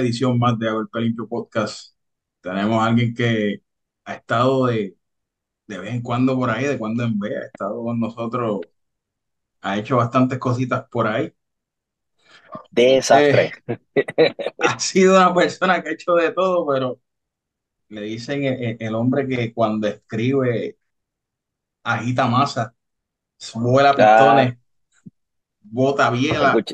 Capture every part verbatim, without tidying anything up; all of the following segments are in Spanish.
edición más de A Golpe Limpio Podcast. Tenemos a alguien que ha estado de, de vez en cuando por ahí, de cuando en vez, ha estado con nosotros, ha hecho bastantes cositas por ahí. Eh, Desastre. Ha sido una persona que ha hecho de todo, pero le dicen el, el hombre que cuando escribe agita masa, vuela Ah, pistones, bota el, biela. cuch-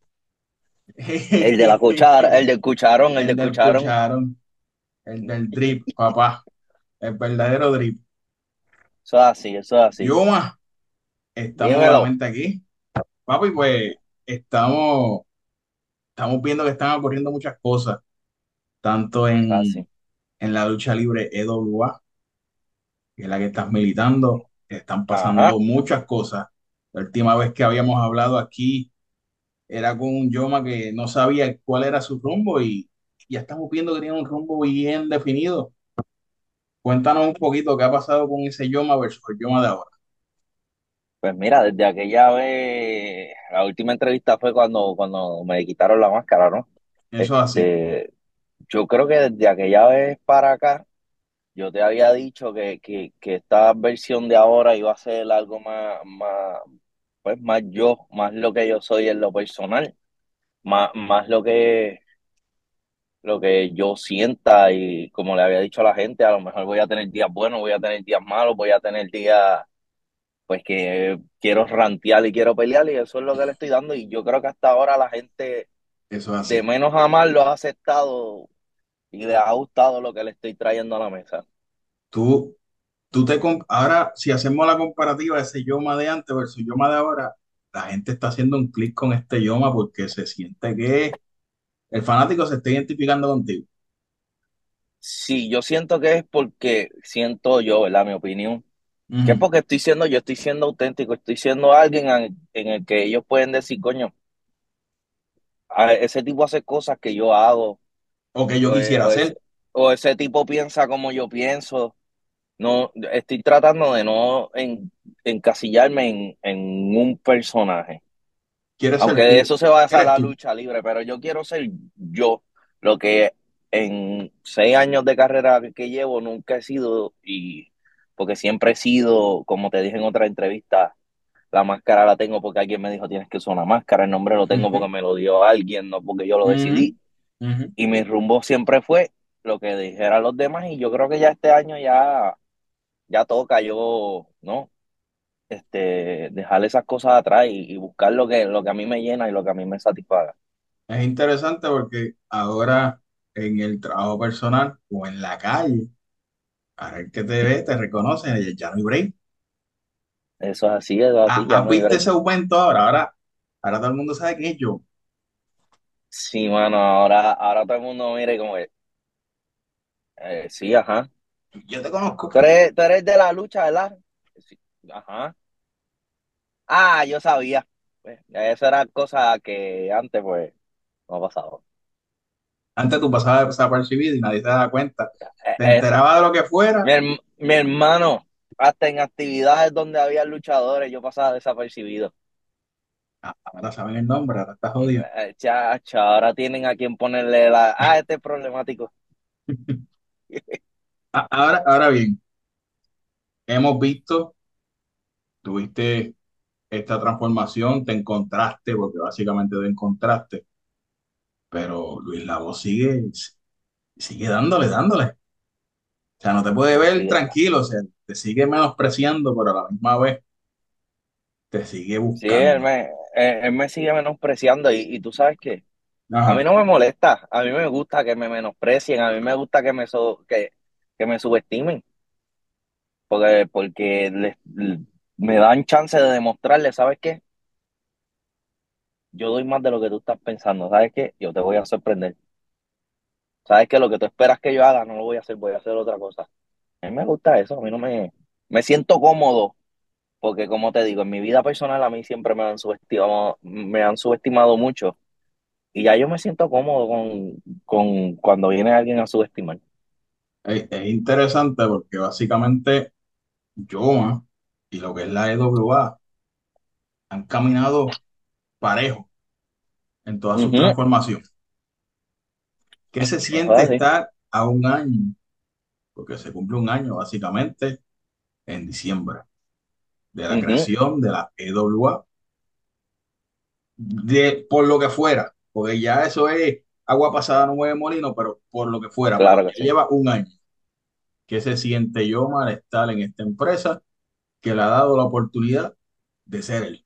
el de la cuchara, el del cucharón, el El del del cucharón. cucharón, el del drip, papá, el verdadero drip. Eso es así, eso es así. Yoma, estamos Dímelo. nuevamente aquí. Papi, pues estamos, estamos viendo que están ocurriendo muchas cosas, tanto en, Así. en la lucha libre E W A, que es la que estás militando, están pasando Ajá. muchas cosas. La última vez que habíamos hablado aquí era con un Yoma que no sabía cuál era su rumbo y ya estamos viendo que tiene un rumbo bien definido. Cuéntanos un poquito qué ha pasado con ese Yoma versus el Yoma de ahora. Pues mira, desde aquella vez, la última entrevista fue cuando, cuando me quitaron la máscara, ¿no? Eso es así. Este, yo creo que desde aquella vez para acá, yo te había dicho que, que, que esta versión de ahora iba a ser algo más, más, pues más yo, más lo que yo soy en lo personal, más, más lo que lo que yo sienta y como le había dicho a la gente, a lo mejor voy a tener días buenos, voy a tener días malos, voy a tener días pues que quiero rantear y quiero pelear y eso es lo que le estoy dando y yo creo que hasta ahora la gente Eso es de así. menos a más lo ha aceptado y le ha gustado lo que le estoy trayendo a la mesa. Tú, tú te comp- ahora, si hacemos la comparativa de ese Yoma de antes versus Yoma de ahora, la gente está haciendo un clic con este Yoma porque se siente que el fanático se está identificando contigo. Sí, yo siento que es porque siento yo, ¿verdad? Mi opinión, que es Ujú. porque estoy siendo, yo estoy siendo auténtico, estoy siendo alguien en, en el que ellos pueden decir, coño, a- ese tipo hace cosas que yo hago O que yo o, eh, quisiera o hacer. ese, o ese tipo piensa como yo pienso. No, estoy tratando de no en- encasillarme en, en un personaje. Quieres Aunque ser de tú. eso se basa Eres la tú. lucha libre, pero yo quiero ser yo, lo que en seis años de carrera que llevo nunca he sido, y porque siempre he sido, como te dije en otra entrevista, la máscara la tengo porque alguien me dijo tienes que usar una máscara, el nombre lo tengo porque Ujú, me lo dio alguien, no porque yo lo ujú, decidí. ujú. Y mi rumbo siempre fue lo que dijeran los demás y yo creo que ya este año ya, ya toca yo, ¿no? Este, dejar esas cosas atrás y, y buscar lo que, lo que a mí me llena y lo que a mí me satisfaga. Es interesante porque ahora en el trabajo personal o en la calle, ahora el que te ve te reconoce, y ya no hay break. Eso es así, eso es ¿Ha- así, ya ¿Has no hay visto break. ese aumento ahora? Ahora, ahora todo el mundo sabe quién es yo. Sí, mano, ahora, ahora todo el mundo mira y como que, eh, sí, ajá. Yo te conozco. Tú eres, tú eres de la lucha, ¿verdad? Sí, ajá. Ah, yo sabía. Pues, eso era cosa que antes, pues, no ha pasado. Antes tú pasabas desapercibido y nadie se daba cuenta. Eh, Te Eso. enteraba de lo que Mi, fuera. herm- mi hermano, hasta en actividades donde había luchadores, yo pasaba desapercibido. Ah, ahora saben el nombre, ahora estás jodido. Eh, Chacho, ahora tienen a quien ponerle la. Ah, este es problemático. Ah, Ahora, ahora bien, hemos visto, tuviste esta transformación, te encontraste, porque básicamente te encontraste, pero Luis Lavo sigue, sigue dándole, dándole. O sea, no te puede Sí, ver sí. tranquilo, o sea, te sigue menospreciando, pero a la misma vez te sigue Sí, él buscando. me, él, él me sigue menospreciando y, y tú sabes que a mí Ajá. no me molesta, a mí me gusta que me menosprecien, a mí me gusta que me, so- que, que me subestimen, porque, porque les- me dan chance de demostrarles, ¿sabes qué? Yo doy más de lo que tú estás pensando, ¿sabes qué? Yo te voy a sorprender. ¿Sabes qué? Lo que tú esperas que yo haga, no lo voy a hacer, voy a hacer otra cosa. A mí me gusta eso, a mí no me, me siento cómodo, porque como te digo, en mi vida personal a mí siempre me han subestimado, me han subestimado mucho. Y ya yo me siento cómodo con, con cuando viene alguien a subestimar. Es, es interesante porque básicamente Yoma y lo que es la E W A han caminado parejo en toda su Ujú. transformación. ¿Qué se Eso es siente así. estar a un año? Porque se cumple un año básicamente en diciembre de la Ujú, creación de la E W A, de, por lo que fuera, porque ya eso es agua pasada, no mueve molino, pero por lo que fuera, pero claro ya que sí. lleva un año. ¿Qué se siente Yomar estar en esta empresa que le ha dado la oportunidad de ser él?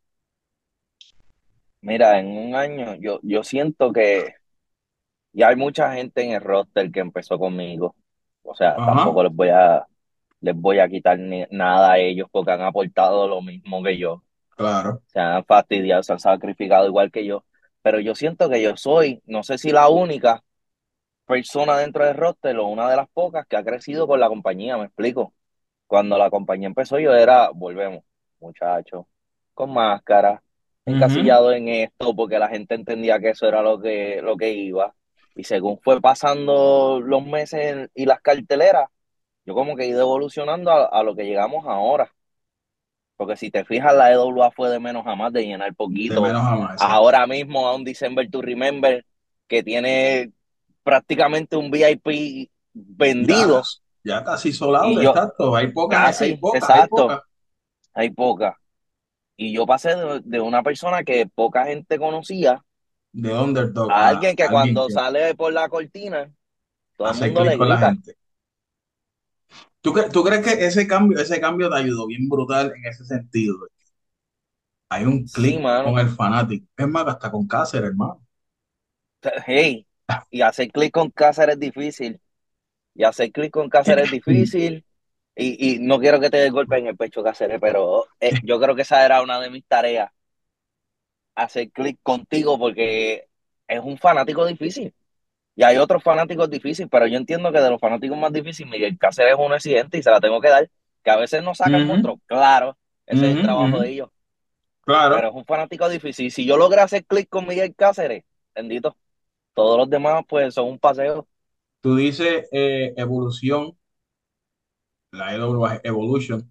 Mira, en un año yo, yo siento que ya hay mucha gente en el roster que empezó conmigo. O sea, Ajá, tampoco les voy a, les voy a quitar ni- nada a ellos porque han aportado lo mismo que yo. claro. Se han fastidiado, se han sacrificado igual que yo. Pero yo siento que yo soy, no sé si la única persona dentro del roster o una de las pocas que ha crecido con la compañía, me explico. Cuando la compañía empezó, yo era, volvemos, muchachos, con máscara, Ujú. encasillado en esto, porque la gente entendía que eso era lo que, lo que iba. Y según fue pasando los meses y las carteleras, yo como que he ido evolucionando a, a lo que llegamos ahora. Porque si te fijas, la E W A fue de menos a más, de llenar De poquito. menos a más, exacto. Ahora mismo a un December to Remember que tiene prácticamente un V I P Ya, vendido. ya casi solado, Y yo, exacto. Hay pocas, hay casi, pocas, hay exacto, pocas. hay pocas. Y yo pasé de, de una persona que poca gente conocía De underdog a a alguien que alguien cuando que sale por la cortina, todo el hace mundo clic le con la grita. gente. ¿Tú, cre- tú crees que ese cambio, ese cambio te ayudó bien brutal en ese sentido? Hay un Sí, clic con mano. el fanático. Es más, hasta con Cáceres, hermano. Hey, y hacer clic con Cáceres es difícil. Y hacer clic con Cáceres es Sí. difícil. Y, y no quiero que te dé golpe en el pecho, Cáceres, pero eh, yo creo que esa era una de mis tareas, hacer clic contigo, porque es un fanático difícil. Y hay otros fanáticos difíciles, pero yo entiendo que de los fanáticos más difíciles, Miguel Cáceres es un exigente y se la tengo que dar. Que a veces no saca el Ujú, monstruo, claro, ese es el ujú, trabajo ujú. de ellos, pero Claro. es un fanático difícil. Si yo logré hacer clic con Miguel Cáceres, bendito, todos los demás pues son un paseo. Tú dices eh, evolución, la E W es Evolution,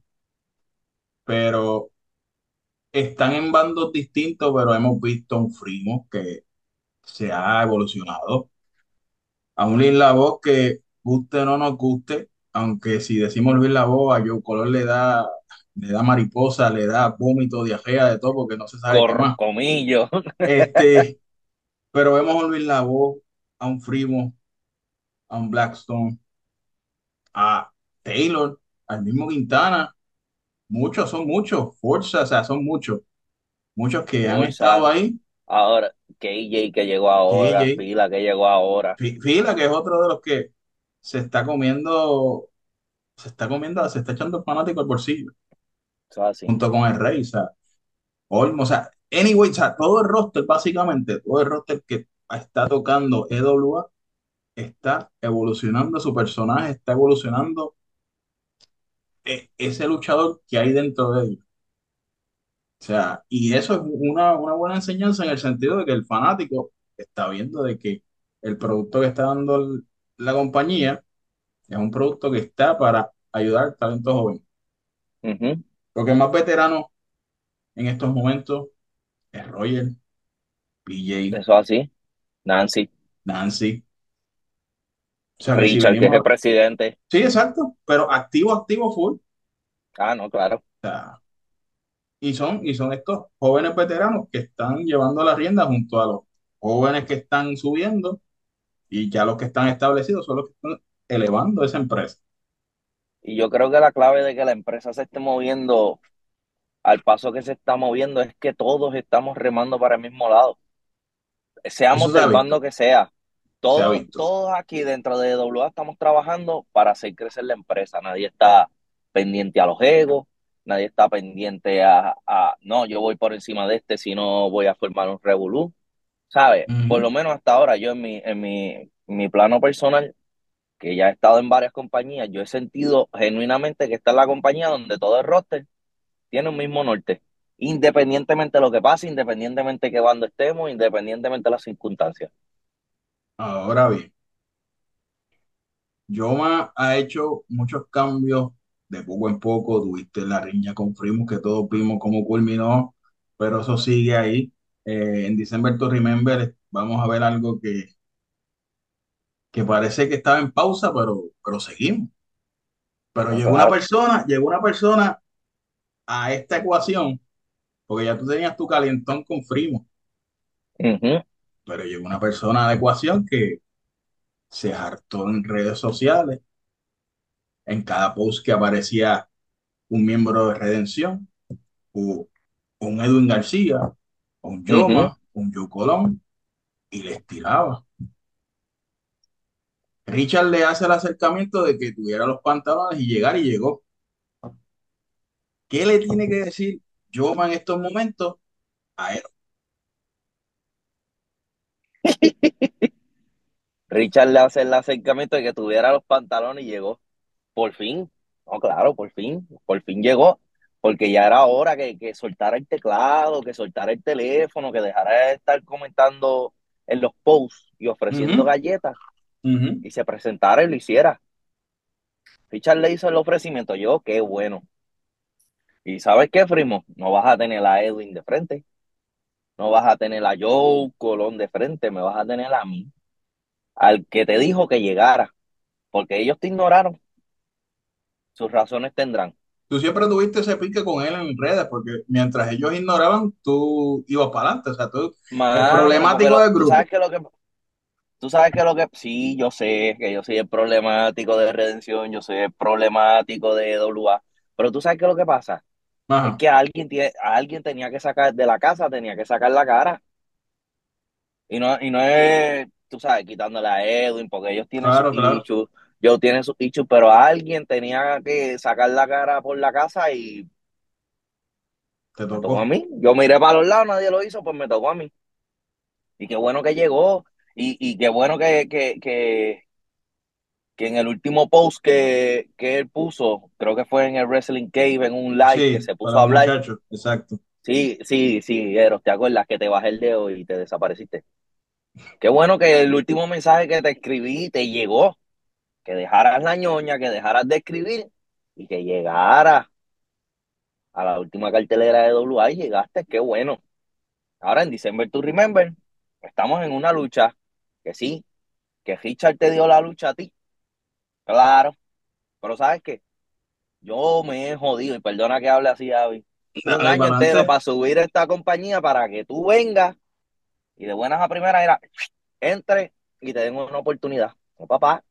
pero están en bandos distintos, pero hemos visto un Primo que se ha evolucionado. A un Luis Lavoe que guste o no nos guste, aunque si decimos Luis Lavoe, a Joe Color le da, le da mariposa, le da vómito, diarrea, de todo, porque no se sabe qué Cor más. comillo. Este, pero vemos a un Luis Lavoe, a un Primo, a un Blackstone, a Taylor, al mismo Quintana. Muchos, son muchos, Forza, o sea, son muchos, muchos que han estado Bolsa, ahí. ahora K J que llegó ahora, K J, Fila que llegó ahora. Fi- Fila, que es otro de los que se está comiendo, se está comiendo, se está echando el fanático al bolsillo, Eso es así. junto con el Rey, o sea, Olmo, o sea, anyway, o sea, todo el roster, básicamente, todo el roster que está tocando E W A está evolucionando su personaje, está evolucionando eh, ese luchador que hay dentro de ellos. O sea, y eso es una, una buena enseñanza en el sentido de que el fanático está viendo de que el producto que está dando el- la compañía es un producto que está para ayudar al talento joven. Ujú. Lo que es más veterano en estos momentos es Roger, P J, Eso es así. Nancy, Nancy. O sea que si Richard, que es venimos el a... presidente. Sí, exacto, pero activo, activo full. Ah, no, claro. O sea, y son, y son estos jóvenes veteranos que están llevando la rienda junto a los jóvenes que están subiendo y ya los que están establecidos son los que están elevando esa empresa. Y yo creo que la clave de que la empresa se esté moviendo al paso que se está moviendo es que todos estamos remando para el mismo lado, Eso seamos se ha del bando visto, que sea. se ha Todos, visto. todos aquí dentro de W A estamos trabajando para hacer crecer la empresa. Nadie está pendiente a los egos, nadie está pendiente a, a no, yo voy por encima de este, si no voy a formar un revolú. ¿Sabes? Por Ujú. lo menos hasta ahora, yo en mi, en mi, mi plano personal, que ya he estado en varias compañías, yo he sentido genuinamente que esta es la compañía donde todo el roster tiene un mismo norte. Independientemente de lo que pase, independientemente de qué bando estemos, independientemente de las circunstancias. Ahora bien, Yoma ha hecho muchos cambios de poco en poco. Tuviste la riña con Primus, que todos vimos cómo culminó, pero eso sigue ahí. Eh, en December to Remember vamos a ver algo que que parece que estaba en pausa, pero, pero seguimos. Pero No, llegó una claro. persona, llegó una persona a esta ecuación, porque ya tú tenías tu calentón con Frimo, Ujú, pero llegó una persona a la ecuación que se hartó en redes sociales, en cada post que aparecía un miembro de Redención, o un Edwin García, o un ujú. Yoma, un Joe Colón, y les tiraba. Richard le hace el acercamiento de que tuviera los pantalones y llegar y llegó. ¿Qué le tiene que decir Yoma en estos momentos a él? Richard le hace el acercamiento de que tuviera los pantalones y llegó. Por fin. No, claro, por fin. Por fin llegó. Porque ya era hora que, que soltara el teclado, que soltara el teléfono, que dejara de estar comentando en los posts y ofreciendo Ujú, galletas ujú. y se presentara y lo hiciera. Richard le hizo el ofrecimiento. Yo, qué bueno. ¿Y sabes qué, primo? No vas a tener a Edwin de frente. No vas a tener a Joe Colón de frente. Me vas a tener a mí. Al que te dijo que llegara. Porque ellos te ignoraron. Sus razones tendrán. Tú siempre tuviste ese pique con él en redes, porque mientras ellos ignoraban, tú ibas para adelante. O sea, tú, el Mano, porque problemático lo, del tú grupo. sabes que lo que, tú sabes que lo que, sí, yo sé que yo soy el problemático de Redención, yo soy el problemático de W A, pero tú sabes que lo que pasa es Ajá, que alguien tiene, a alguien tenía que sacar de la casa, tenía que sacar la cara. Y no, y no es, tú sabes, quitándole a Edwin, porque ellos tienen sus claro, claro, issues, yo tienen sus issues, pero alguien tenía que sacar la cara por la casa y te me tocó a tocó. mí. Yo miré para los lados, nadie lo hizo, pues me tocó a mí. Y qué bueno que llegó, y, y qué bueno que, que, que, que en el último post que, que él puso, creo que fue en el Wrestling Cave, en un live que Sí, se para puso a los hablar. muchachos, exacto. Sí, sí, sí, Eros, ¿te acuerdas que te bajé el dedo y te desapareciste? Qué bueno que el último mensaje que te escribí te llegó, que dejaras la ñoña, que dejaras de escribir y que llegaras a la última cartelera de W A y llegaste, qué bueno. Ahora en December to Remember, estamos en una lucha que sí, que Richard te dio la lucha a ti, claro, pero ¿sabes qué? Yo me he jodido, y perdona que hable así, Javi, un Dale año para entero adelante. para subir esta compañía para que tú vengas y de buenas a primeras era, entre y te den una oportunidad. No, papá,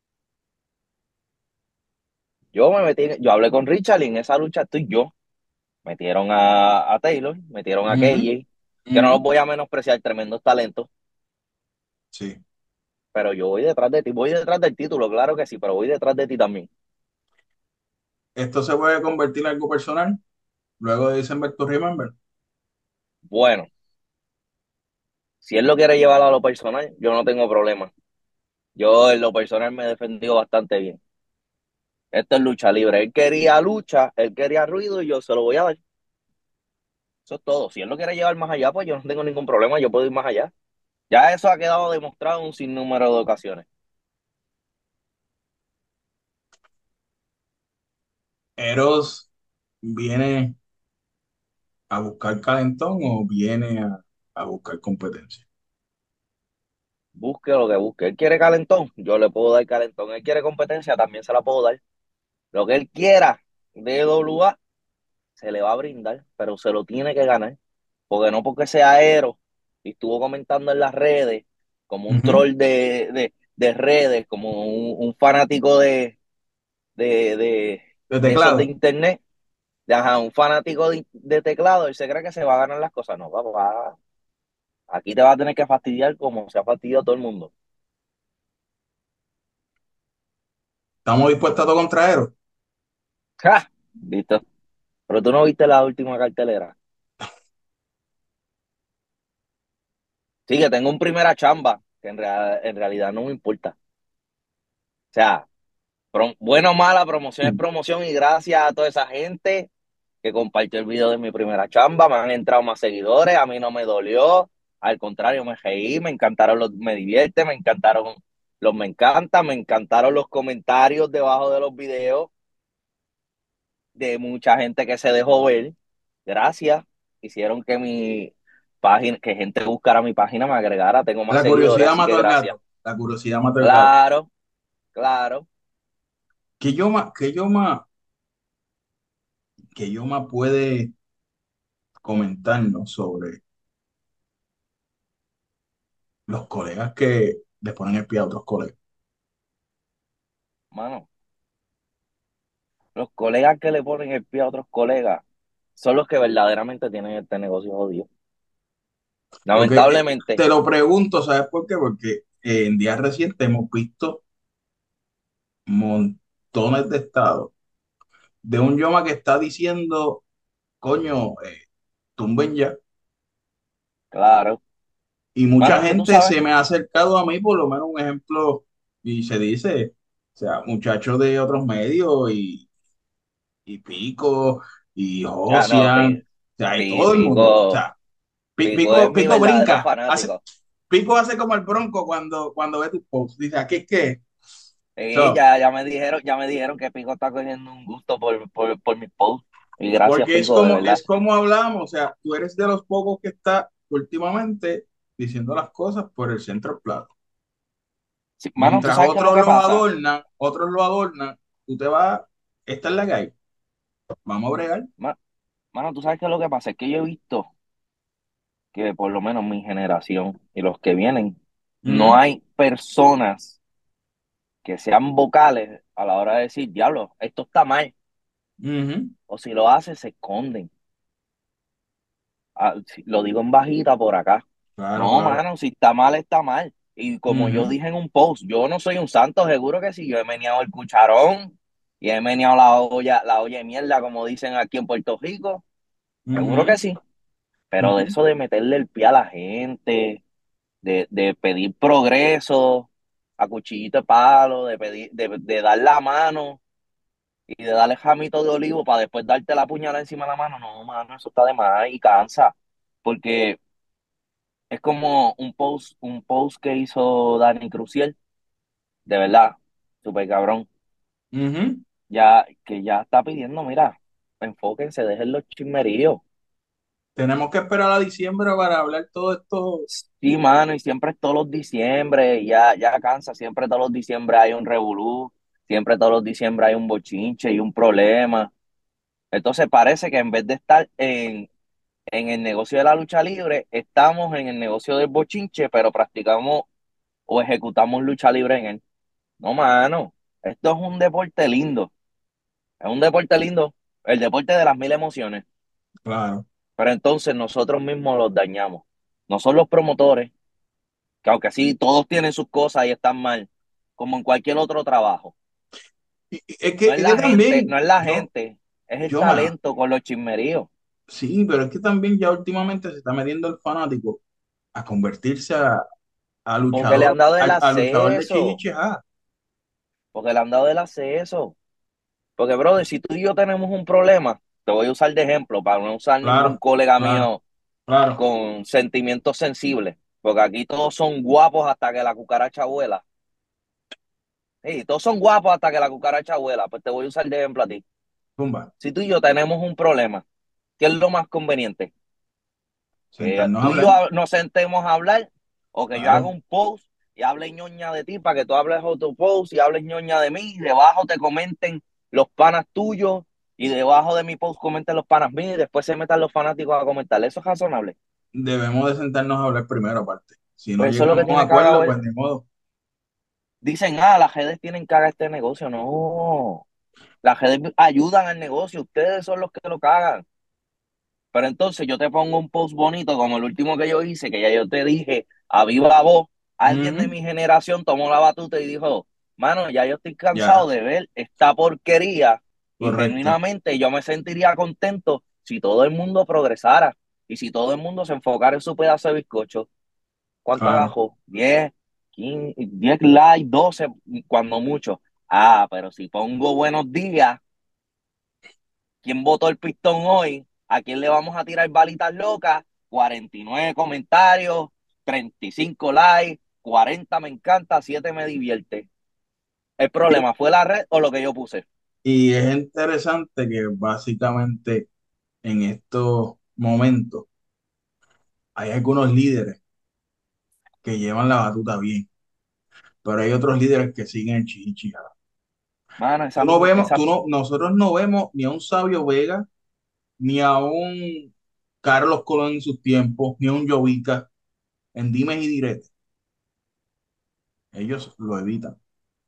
yo me metí, yo hablé con Richard y en esa lucha estoy yo. Metieron a, a Taylor, metieron a Ujú, K J, que no ujú. los voy a menospreciar, tremendos talentos, Sí. pero yo voy detrás de ti, voy detrás del título, claro que sí, pero voy detrás de ti también. Esto se puede convertir en algo personal luego de December to Remember. Bueno, si él lo quiere llevar a lo personal, yo no tengo problema. Yo en lo personal me he defendido bastante bien. Esto es lucha libre. Él quería lucha, él quería ruido y yo se lo voy a dar. Eso es todo. Si él lo quiere llevar más allá, pues yo no tengo ningún problema, yo puedo ir más allá. Ya eso ha quedado demostrado en un sinnúmero de ocasiones. Eros viene a buscar calentón o viene a, a buscar competencia. Busque lo que busque. Él quiere calentón, yo le puedo dar calentón. Él quiere competencia, también se la puedo dar. Lo que él quiera de W A, se le va a brindar, pero se lo tiene que ganar. Porque no porque sea Aero y estuvo comentando en las redes, como un Ujú. troll de, de, de redes, como un, un fanático de, de, de, De de esos de teclado. internet, de, ajá, un fanático de, de teclado, él se cree que se va a ganar las cosas. No, papá, aquí te va a tener que fastidiar como se ha fastidiado todo el mundo. Estamos dispuestos a todo contra Eros. ¡Ja! ¿Listo? Pero tú no viste la última cartelera. Sí, que tengo un primera chamba, que en, rea- en realidad no me importa. O sea, pro- bueno o mala, promoción es promoción y gracias a toda esa gente que compartió el video de mi primera chamba, me han entrado más seguidores, a mí no me dolió, al contrario, me reí, me encantaron los, me divierte, me encantaron los me encanta, me encantaron los comentarios debajo de los videos de mucha gente que se dejó ver. Gracias, hicieron que mi página, que gente buscara mi página, me agregara, tengo más La seguidores, curiosidad así que mató al gracias. gato. la curiosidad mata el gato. Claro, claro, ¿Qué Yoma, qué Yoma, qué Yoma puede comentarnos sobre los colegas que le ponen espía a otros colegas? mano. Los colegas que le ponen el pie a otros colegas son los que verdaderamente tienen este negocio jodido. Porque eh, Lamentablemente, te lo pregunto, ¿sabes por qué? Porque eh, en días recientes hemos visto montones de estados de un Yoma que está diciendo, coño, eh, tumben ya. claro. Y mucha Mano, que tú gente sabes, se me ha acercado a mí, por lo menos un ejemplo, y se dice, o sea, muchachos de otros medios y, y Pico y ya no, Josian, Pi- o sea, hay Pi- todo el mundo. O Pico, sea, Pi- Pico es Pico, mi Pico verdadero brinca, hace, fanático. Pico hace como el bronco cuando, cuando ve tus posts. Dice, aquí es que, Y so, ya, ya me dijeron, ya me dijeron que Pico está cogiendo un gusto por, por, por mis posts. Y gracias, porque es Pico, de como, verdad. es como hablamos, o sea, tú eres de los pocos que está últimamente diciendo las cosas por el centro plano. Sí, mano, ¿tú Mientras sabes qué es lo otros que los pasa? adornan, otros lo adornan, tú te vas, esta es la que hay, vamos a bregar. Ma- Mano, ¿tú sabes qué es lo que pasa? Es que yo he visto que por lo menos mi generación y los que vienen, no Ujú, hay personas que sean vocales a la hora de decir, diablo, esto está mal. ujú, O si lo hace, se esconden. Ah, si- lo digo en bajita por acá. claro, No, claro. mano, si está mal, está mal. Y como yo Ujú, dije en un post, yo no soy un santo, seguro que sí. Yo he meneado el cucharón y he meneado la olla, la olla de mierda, como dicen aquí en Puerto Rico. Seguro que ujú, sí. Pero de ujú, eso de meterle el pie a la gente, de, de pedir progreso a cuchillito de palo, de pedir, de, de dar la mano y de darle jamito de olivo para después darte la puñalada encima de la mano. No, mano, eso está de más y cansa. Porque es como un post, un post que hizo Dani Cruciel, de verdad, súper cabrón. ujú. Ya, que ya está pidiendo, mira, enfóquense, dejen los chismeríos. Tenemos que esperar a diciembre para hablar todo esto. Sí, mano, y siempre es todos los diciembre, y ya, ya cansa, siempre todos los diciembre hay un revolú, siempre todos los diciembre hay un bochinche y un problema. Entonces parece que en vez de estar en, en el negocio de la lucha libre, estamos en el negocio del bochinche, pero practicamos o ejecutamos lucha libre en él. No, mano, esto es un deporte lindo, es un deporte lindo, el deporte de las mil emociones, Claro. pero entonces nosotros mismos los dañamos. No son los promotores, que aunque sí, todos tienen sus cosas y están mal, como en cualquier otro trabajo. Y- y es que, No es es que la gente, también, no es la yo, gente, es el yo, ma, talento con los chismeríos. sí, pero es que también ya últimamente se está metiendo el fanático a convertirse a, a Porque le luchador, han dado el a, a luchador de acceso, Chiviche. porque le han dado el acceso. Porque, brother, si tú y yo tenemos un problema, te voy a usar de ejemplo para no usar ningún Claro, colega claro, mío claro. con sentimientos sensibles, porque aquí todos son guapos hasta que la cucaracha vuela. Sí, todos son guapos hasta que la cucaracha vuela. Pues te voy a usar de ejemplo a ti. Tumba. Si tú y yo tenemos un problema, ¿qué es lo más conveniente? Que Sentarnos a tú y yo hablar. hab- nos sentemos a hablar o que yo haga Claro. un post y hable ñoña de ti para que tú hables otro post y hables ñoña de mí y debajo te comenten los panas tuyos y debajo de mi post comenten los panas míos y después se metan los fanáticos a comentar. ¿Eso es razonable? Debemos de sentarnos a hablar primero, aparte. Si no Pues eso es lo que llegamos a un tiene acuerdo, cagado. pues el- ni modo. Dicen, ah, las redes tienen que hacer este negocio. No, las redes ayudan al negocio, ustedes son los que lo cagan. Pero entonces yo te pongo un post bonito como el último que yo hice, que ya yo te dije a viva voz, alguien de Ujú, mi generación tomó la batuta y dijo, mano, ya yo estoy cansado ya, de ver esta porquería y correcto. genuinamente yo me sentiría contento si todo el mundo progresara y si todo el mundo se enfocara en su pedazo de bizcocho. ¿Cuánto Claro. bajó? Diez, quince, diez likes, doce, cuando mucho. Ah, pero si pongo buenos días, ¿quién votó el pistón hoy? ¿A quién le vamos a tirar balitas locas? cuarenta y nueve comentarios, treinta y cinco likes, cuarenta me encanta, siete me divierte. ¿El Y, problema fue la red o lo que yo puse? y es interesante que básicamente en estos momentos hay algunos líderes que llevan la batuta bien. pero hay otros líderes que siguen el chichi. Mano, Tú esa, no vemos, esa, tú no, nosotros no vemos ni a un Sabio Vega, ni a un Carlos Colón en sus tiempos, ni a un Jovica en dimes y diretes. Ellos lo evitan.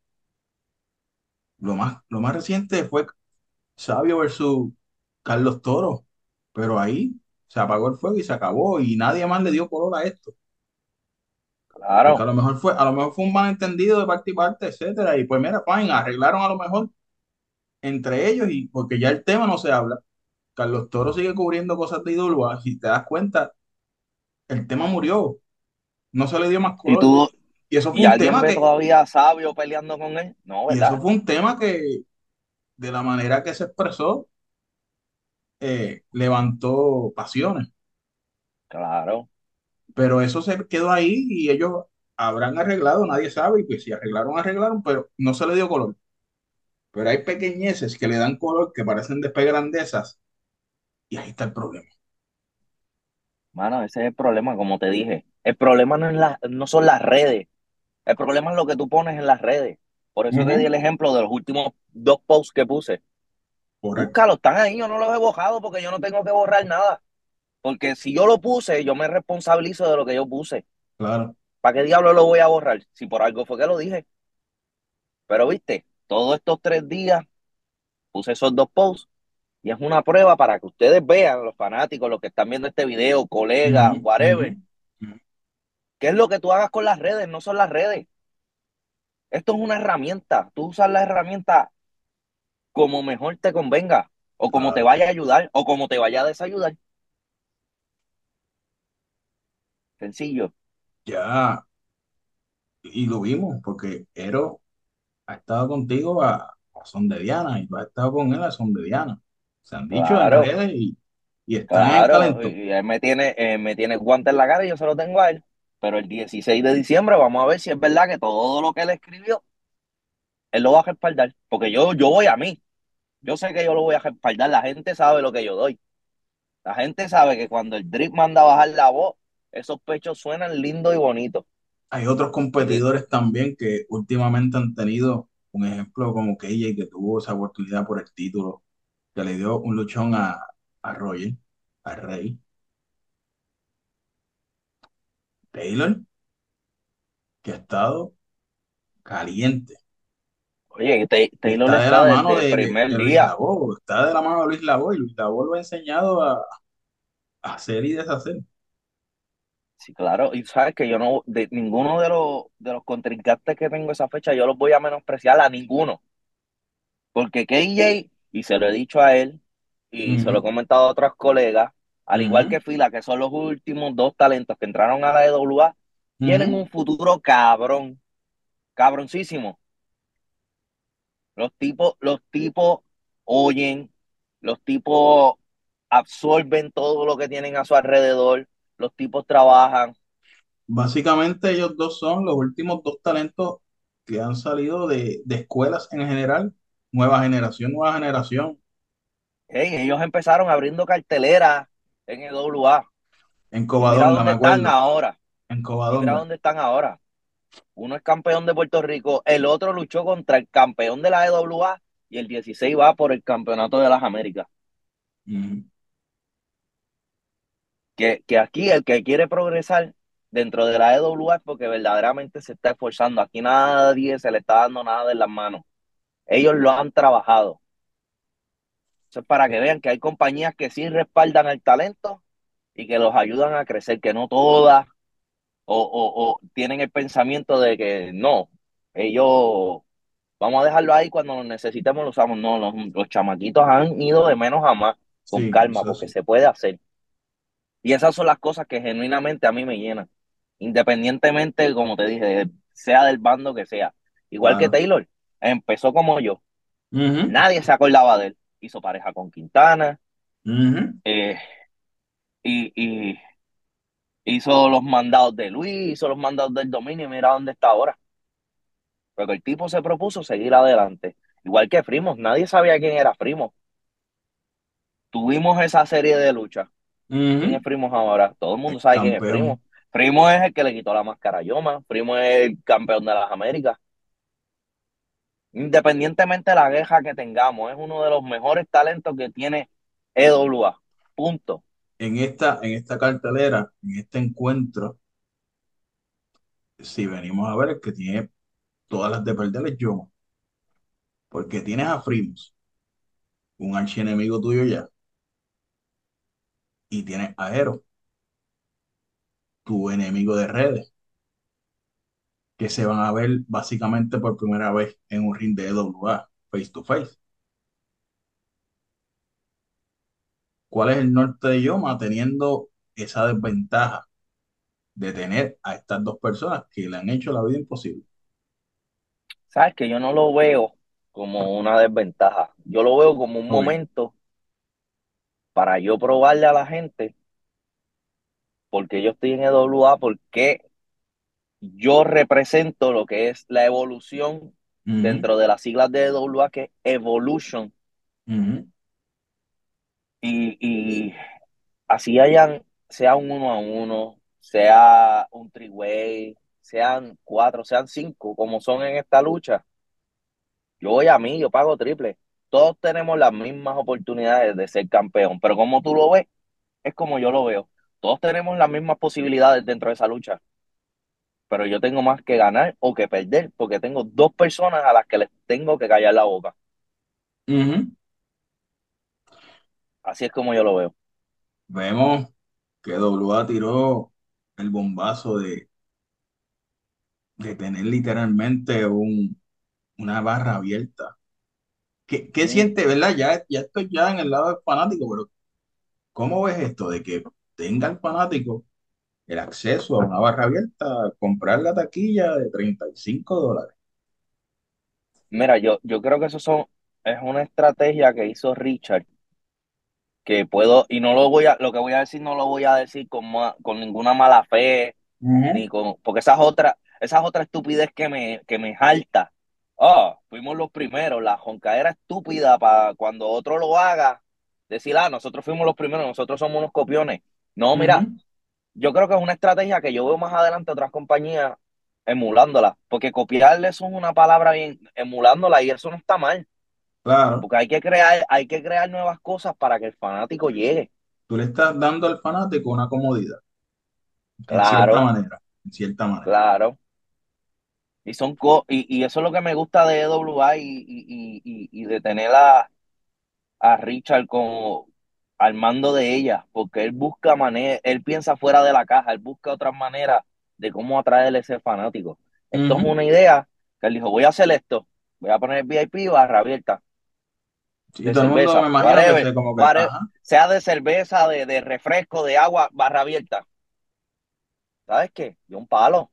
Lo más, lo más reciente fue Sabio versus Carlos Toro, pero ahí se apagó el fuego y se acabó y nadie más le dio color a esto, porque a claro. lo mejor fue, a lo mejor fue un malentendido de parte y parte, etcétera, y pues mira, fine, arreglaron a lo mejor entre ellos y porque ya el tema no se habla. Carlos Toro sigue cubriendo cosas de Idulua, si te das cuenta, el tema murió, no se le dio más Y color. tú, Y eso fue y un alguien tema ve que, todavía a Sabio peleando con él. No, y eso ¿verdad? fue un tema que de la manera que se expresó, eh, levantó pasiones. Claro, Pero eso se quedó ahí y ellos habrán arreglado, nadie sabe, y pues si arreglaron, arreglaron, pero no se le dio color. Pero hay pequeñeces que le dan color que parecen después grandezas y ahí está el problema. mano, ese es el problema, como te dije. El problema no, es la, no son las redes. El problema es lo que tú pones en las redes. Por eso te di Ujú. el ejemplo de los últimos dos posts que puse. Correcto, Búscalo, están ahí, yo no los he borrado porque yo no tengo que borrar nada. Porque si yo lo puse, yo me responsabilizo de lo que yo puse. claro. ¿Para qué diablo lo voy a borrar? Si por algo fue que lo dije. Pero viste, todos estos tres días puse esos dos posts y es una prueba para que ustedes vean, los fanáticos, los que están viendo este video, Ujú, colegas, ujú, whatever, ujú. qué es lo que tú hagas con las redes, no son las redes. Esto es una herramienta. Tú usas la herramienta como mejor te convenga, o como te Claro, vaya a ayudar, o como te vaya a desayudar. Sencillo. ya, y lo vimos, porque Ero ha estado contigo a, a son de Diana y tú has estado con él a son de Diana. Se han dicho en Claro, redes y, y están en el claro. calentón. Y él me tiene, eh, me tiene guante en la cara y yo se lo tengo a él. Pero el dieciséis de diciembre vamos a ver si es verdad que todo lo que él escribió, él lo va a respaldar. Porque yo, yo voy a mí. Yo sé que yo lo voy a respaldar. La gente sabe lo que yo doy. La gente sabe que cuando el drip manda a bajar la voz, esos pechos suenan lindos y bonitos. Hay otros Porque, competidores también que últimamente han tenido un ejemplo como K J que tuvo esa oportunidad por el título, que le dio un luchón a, a Roger, a Rey. Taylor, que ha estado caliente. oye, Tay- Y Taylor está de la está mano desde el de, de- primer de Luis día. Labo, está de la mano de Luis Labo y Luis Labo lo ha enseñado a, a hacer y deshacer. Sí, claro. Y sabes que yo no, de ninguno de los, de los contrincantes que tengo esa fecha, yo los voy a menospreciar a ninguno. Porque K J, y se lo he dicho a él, y se lo he Ujú, comentado a otros colegas, al igual ujú, que Fila, que son los últimos dos talentos que entraron a la E W A, tienen ujú. un futuro cabrón, cabroncísimo. Los tipos, los tipos oyen, los tipos absorben todo lo que tienen a su alrededor, los tipos trabajan. Básicamente ellos dos son los últimos dos talentos que han salido de, de escuelas en general. Nueva generación, nueva generación. Hey, ellos empezaron abriendo carteleras en el W A. En Y mira Covadonga, me dónde están acuerdo. ahora. En Y mira Covadonga. dónde están ahora. Uno es campeón de Puerto Rico, el otro luchó contra el campeón de la E W A y el dieciséis va por el campeonato de las Américas. Ujú. Que, que aquí el que quiere progresar dentro de la E W A es porque verdaderamente se está esforzando. Aquí nadie se le está dando nada en las manos. Ellos lo han trabajado. Eso es para que vean que hay compañías que sí respaldan al talento y que los ayudan a crecer, que no todas o, o, o tienen el pensamiento de que no, ellos vamos a dejarlo ahí cuando lo necesitemos lo usamos. No, los, los chamaquitos han ido de menos a más, con Sí, calma, eso porque sí. se puede hacer. Y esas son las cosas que genuinamente a mí me llenan, independientemente, como te dije, sea del bando que sea. Igual que Claro. Taylor, empezó como yo, Ujú, nadie se acordaba de él, hizo pareja con Quintana, ujú. eh, y, y hizo los mandados de Luis, hizo los mandados del dominio y mira dónde está ahora. Porque el tipo se propuso seguir adelante. Igual que Primos, nadie sabía quién era Primos. Tuvimos esa serie de lucha. ¿Quién Ujú. es Primos ahora? Todo el mundo El sabe quién es Primos. campeón. Primo es el que le quitó la máscara a Yoma. Primo es el campeón de las Américas. Independientemente de la queja que tengamos, es uno de los mejores talentos que tiene E W A. Punto. En esta, en esta cartelera, en este encuentro, si venimos a ver, el que tiene todas las de perder es Yoma, porque tienes a Frimus, un archienemigo tuyo ya, y tienes a Hero, tu enemigo de redes, que se van a ver básicamente por primera vez en un ring de E W A, face to face. ¿Cuál es el norte de Yoma teniendo esa desventaja de tener a estas dos personas que le han hecho la vida imposible? Sabes que yo no lo veo como una desventaja. Yo lo veo como un Ok. momento para yo probarle a la gente porque yo estoy en E W A, porque yo represento lo que es la evolución Ujú, dentro de las siglas de E W A, que es Evolution. ujú, Y, y así hayan, sea un uno a uno, sea un three-way, sean cuatro, sean cinco, como son en esta lucha, yo voy a mí, yo pago triple. Todos tenemos las mismas oportunidades de ser campeón, pero como tú lo ves, es como yo lo veo. Todos tenemos las mismas posibilidades dentro de esa lucha, pero yo tengo más que ganar o que perder, porque tengo dos personas a las que les tengo que callar la boca. ujú. Así es como yo lo veo. Vemos que W A tiró el bombazo de, de tener literalmente un, una barra abierta. ¿Qué, qué Mm. siente, verdad? Ya, ya estoy ya en el lado del fanático, pero ¿cómo ves esto de que tenga el fanático el acceso a una barra abierta, comprar la taquilla de treinta y cinco dólares? Mira, yo, yo creo que eso son, es una estrategia que hizo Richard, que puedo, y no lo voy a, lo que voy a decir no lo voy a decir con, ma- con ninguna mala fe, ni Ujú, con, porque esa es otra, esa es otra estupidez que me, que me jalta. Ah, fuimos los primeros, la joncadera estúpida para cuando otro lo haga, decir, ah, nosotros fuimos los primeros, nosotros somos unos copiones. No, mira, ujú, yo creo que es una estrategia que yo veo más adelante otras compañías emulándola, porque copiarle eso es una palabra bien, emulándola, y eso no está mal, claro, porque hay que crear, hay que crear nuevas cosas para que el fanático llegue. tú le estás dando al fanático una comodidad, en cierta Claro, manera, en cierta manera. claro. Y son co y, y eso es lo que me gusta de E W A, y, y, y, y de tener a, a Richard como al mando de ella, porque él busca manera, él piensa fuera de la caja, él busca otras maneras de cómo atraerle ese fanático. Esto es Ujú. una idea que él dijo, voy a hacer esto, voy a poner V I P barra abierta Sí, de todo el mundo me cerveza, imagino que whatever, se como que, whatever, ajá, sea de cerveza, de, de refresco, de agua, barra abierta. ¿Sabes qué? De un palo.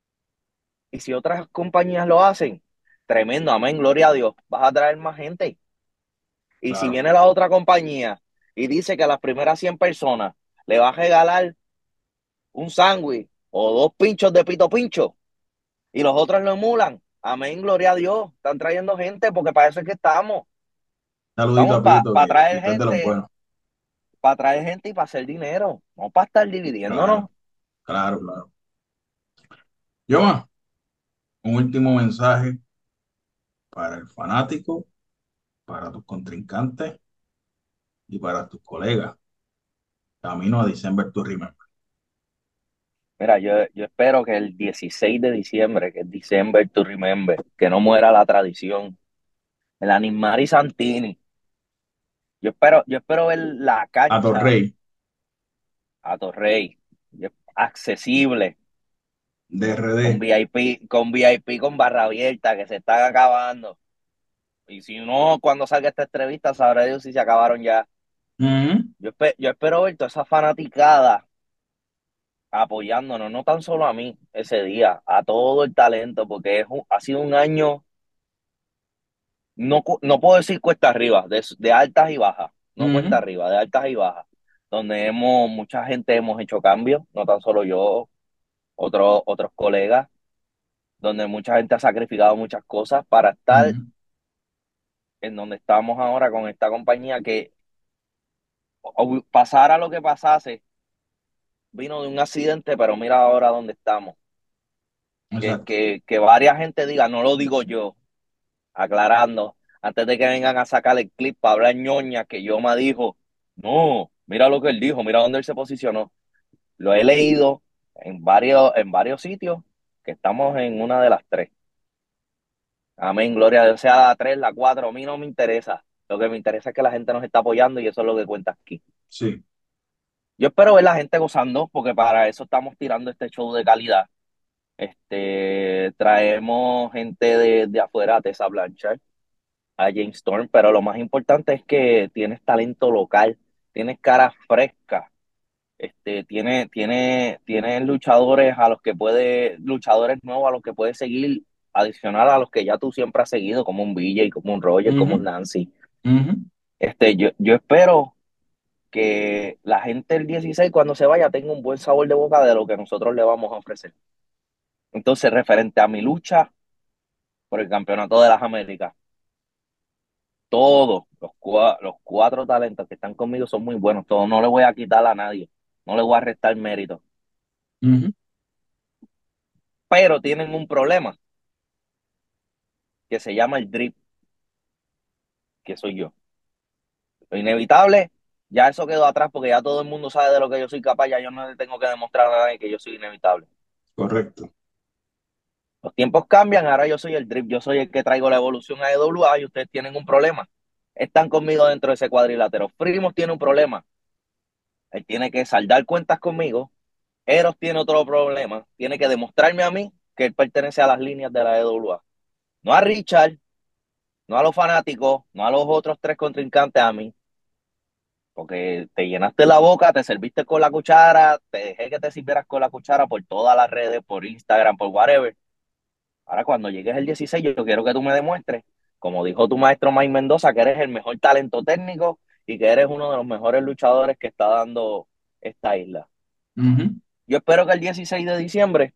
Y si otras compañías lo hacen, tremendo, amén, gloria a Dios, vas a traer más gente. Y si claro, viene la otra compañía y dice que a las primeras cien personas le va a regalar un sándwich o dos pinchos de pito pincho, y los otros lo emulan, amén, gloria a Dios, están trayendo gente, porque para eso es que estamos. saludito Estamos a para Pito, pa que traer Pito es de los gente, buenos. para traer gente y para hacer dinero, no para estar dividiéndonos. Claro, claro, claro. Yo más, un último mensaje para el fanático, para tus contrincantes y para tus colegas. Camino a December to Remember. Mira, yo, yo espero que el dieciséis de diciembre, que es December to Remember, que no muera la tradición, el Animari Santini. Yo espero, yo espero ver la A cancha Torrey, a Torrey, yo- accesible, con D R D. V I P, con V I P con barra abierta, que se están acabando. Y si no, cuando salga esta entrevista, sabrá Dios si se acabaron ya. Ujú, Yo, espe- yo espero ver toda esa fanaticada apoyándonos, no tan solo a mí ese día, a todo el talento, porque es un- ha sido un año, no, cu- no puedo decir cuesta arriba, de, de altas y bajas, no cuesta ujú, arriba, de altas y bajas, donde hemos, mucha gente hemos hecho cambios, no tan solo yo, otros otros colegas, donde mucha gente ha sacrificado muchas cosas para estar ujú. en donde estamos ahora con esta compañía, que o- pasara lo que pasase, vino de un accidente, pero mira ahora dónde estamos. Que, Exacto. que, que varias gente diga, no lo digo yo, aclarando, antes de que vengan a sacar el clip para hablar ñoña, que Yoma dijo, no, mira lo que él dijo, mira dónde él se posicionó. Lo he leído en varios, en varios sitios, que estamos en una de las tres. Amén, gloria a Dios, sea la tres, la cuatro, a mí no me interesa. Lo que me interesa es que la gente nos está apoyando y eso es lo que cuenta aquí. Sí. Yo espero ver la gente gozando, porque para eso estamos tirando este show de calidad. Este, traemos gente de, de afuera, Tessa Blanchard, a James Storm, pero lo más importante es que tienes talento local, tienes cara fresca, este, tiene, tiene, tiene luchadores a los que puede, luchadores nuevos a los que puedes seguir, adicional a los que ya tú siempre has seguido, como un B J, como un Roger, como un Ujú, Nancy. ujú. Este, yo, yo espero que la gente el dieciséis cuando se vaya tenga un buen sabor de boca de lo que nosotros le vamos a ofrecer. Entonces, referente a mi lucha por el Campeonato de las Américas, todos los, cua- los cuatro talentos que están conmigo son muy buenos, todos, no le voy a quitar a nadie, no le voy a restar mérito, Ujú. pero tienen un problema que se llama el drip, que soy yo. Lo inevitable, ya eso quedó atrás porque ya todo el mundo sabe de lo que yo soy capaz, ya yo no le tengo que demostrar a nadie que yo soy inevitable. Correcto. Los tiempos cambian, ahora yo soy el drip, yo soy el que traigo la evolución a E W A y ustedes tienen un problema. Están conmigo dentro de ese cuadrilátero. Primos tiene un problema, él tiene que saldar cuentas conmigo. Eros tiene otro problema, tiene que demostrarme a mí que él pertenece a las líneas de la E W A. No a Richard, no a los fanáticos, no a los otros tres contrincantes, a mí. Porque te llenaste la boca, te serviste con la cuchara, te dejé que te sirvieras con la cuchara por todas las redes, por Instagram, por whatever. Ahora cuando llegues el dieciséis, yo quiero que tú me demuestres, como dijo tu maestro Mike Mendoza, que eres el mejor talento técnico y que eres uno de los mejores luchadores que está dando esta isla. Ujú. Yo espero que el dieciséis de diciembre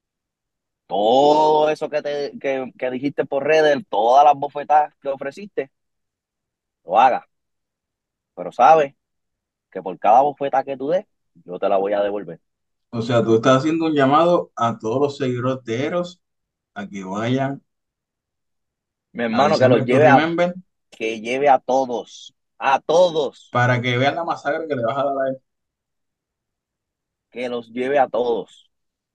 todo eso que, te, que, que dijiste por redes, todas las bofetadas que ofreciste, lo hagas. Pero sabes que por cada bofeta que tú des, yo te la voy a devolver. O sea, tú estás haciendo un llamado a todos los seguidores de Eros a que vayan Mi a hermano, que los December to lleve a, Remember que lleve a todos, a todos, para que vean la masacre que le vas a dar a él. que los lleve a todos.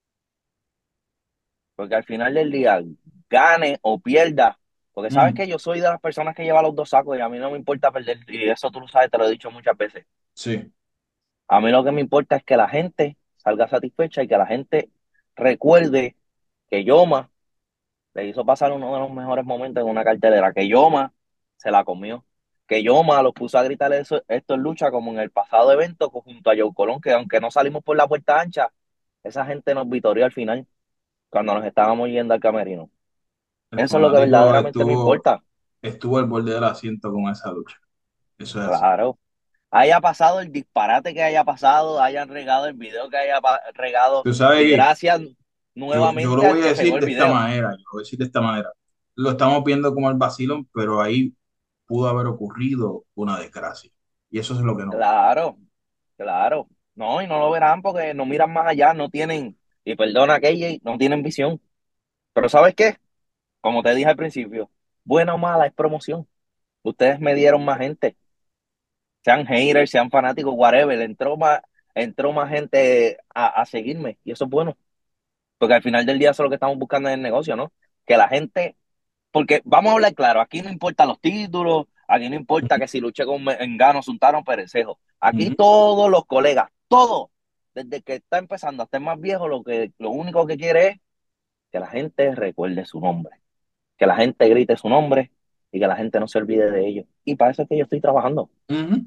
Porque al final del día, gane o pierda, porque sabes Mm, que yo soy de las personas que lleva los dos sacos y a mí no me importa perder, y eso tú lo sabes, te lo he dicho muchas veces. sí. A mí lo que me importa es que la gente salga satisfecha y que la gente recuerde que Yoma le hizo pasar uno de los mejores momentos en una cartelera, que Yoma se la comió, que Yoma los puso a gritar eso, esto en lucha como en el pasado evento junto a Joe Colón, que aunque no salimos por la puerta ancha, esa gente nos vitorió al final cuando nos estábamos yendo al camerino. El Eso es lo que fanático verdaderamente me estuvo, importa. estuvo al borde del asiento con esa lucha. Eso es así. Claro. Haya pasado el disparate que haya pasado, hayan regado el video que haya pa- regado, Tú sabes y que gracias yo, yo lo nuevamente al voy a que regó decir el de esta video. manera, yo lo voy a decir de esta manera. Lo estamos viendo como el vacilón, pero ahí pudo haber ocurrido una desgracia. Y eso es lo que no queremos. Claro, claro. No, y no lo verán porque no miran más allá, no tienen, y perdona K J, no tienen visión. Pero ¿sabes qué? Como te dije al principio, buena o mala es promoción. Ustedes me dieron más gente, sean haters, sean fanáticos, whatever, entró más, entró más gente a, a seguirme y eso es bueno, porque al final del día eso es lo que estamos buscando en el negocio, ¿no? Que la gente, porque vamos a hablar claro, aquí no importan los títulos, aquí no importa que si luché con Engano, Sultano, Perecejo. Aquí Ujú, todos los colegas, todos, desde que está empezando hasta el más viejo, lo que lo único que quiere es que la gente recuerde su nombre, que la gente grite su nombre y que la gente no se olvide de ellos. Y para eso es que yo estoy trabajando. ujú.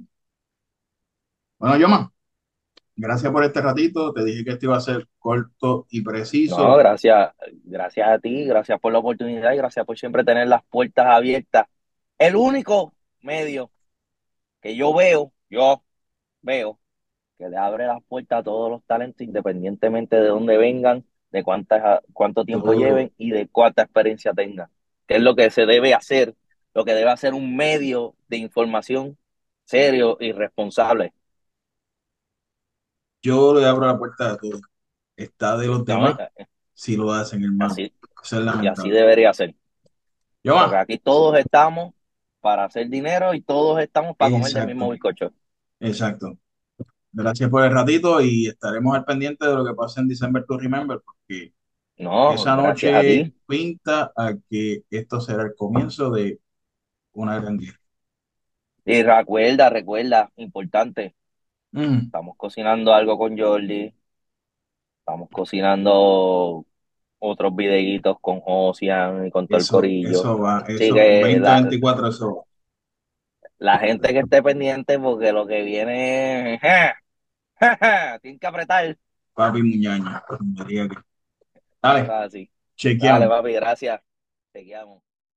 Bueno, Yoma, gracias por este ratito. Te dije que esto iba a ser corto y No, preciso. gracias, gracias a ti, gracias por la oportunidad y gracias por siempre tener las puertas abiertas. El único medio que yo veo, yo veo que le abre las puertas a todos los talentos, independientemente de dónde vengan, de cuántas, cuánto tiempo Todo. lleven y de cuánta experiencia tengan. Que es lo que se debe hacer, lo que debe hacer un medio de información serio y responsable. yo le abro la puerta a todos. Está de los No, y- demás si lo hacen, hermano. así, Eso es y así lamentable. debería ser. Yo Porque más. aquí todos estamos para hacer dinero y todos estamos para comer del mismo Exacto, bizcocho. exacto. Gracias por el ratito y estaremos al pendiente de lo que pase en December to Remember, porque No, esa gracias a noche ti. pinta a que esto será el comienzo de una gran guerra. Y recuerda, recuerda, importante, Mm, estamos cocinando algo con Jordi, estamos cocinando otros videitos con Josian y con todo el eso, corillo. eso va, Así eso, que la, dos mil veinticuatro, eso va. la gente que esté pendiente porque lo que viene, tienen que apretar. Papi Muñaña, como diría que. Eso es Dale, así. Dale, chequeamos. papi, gracias. Te quedamos.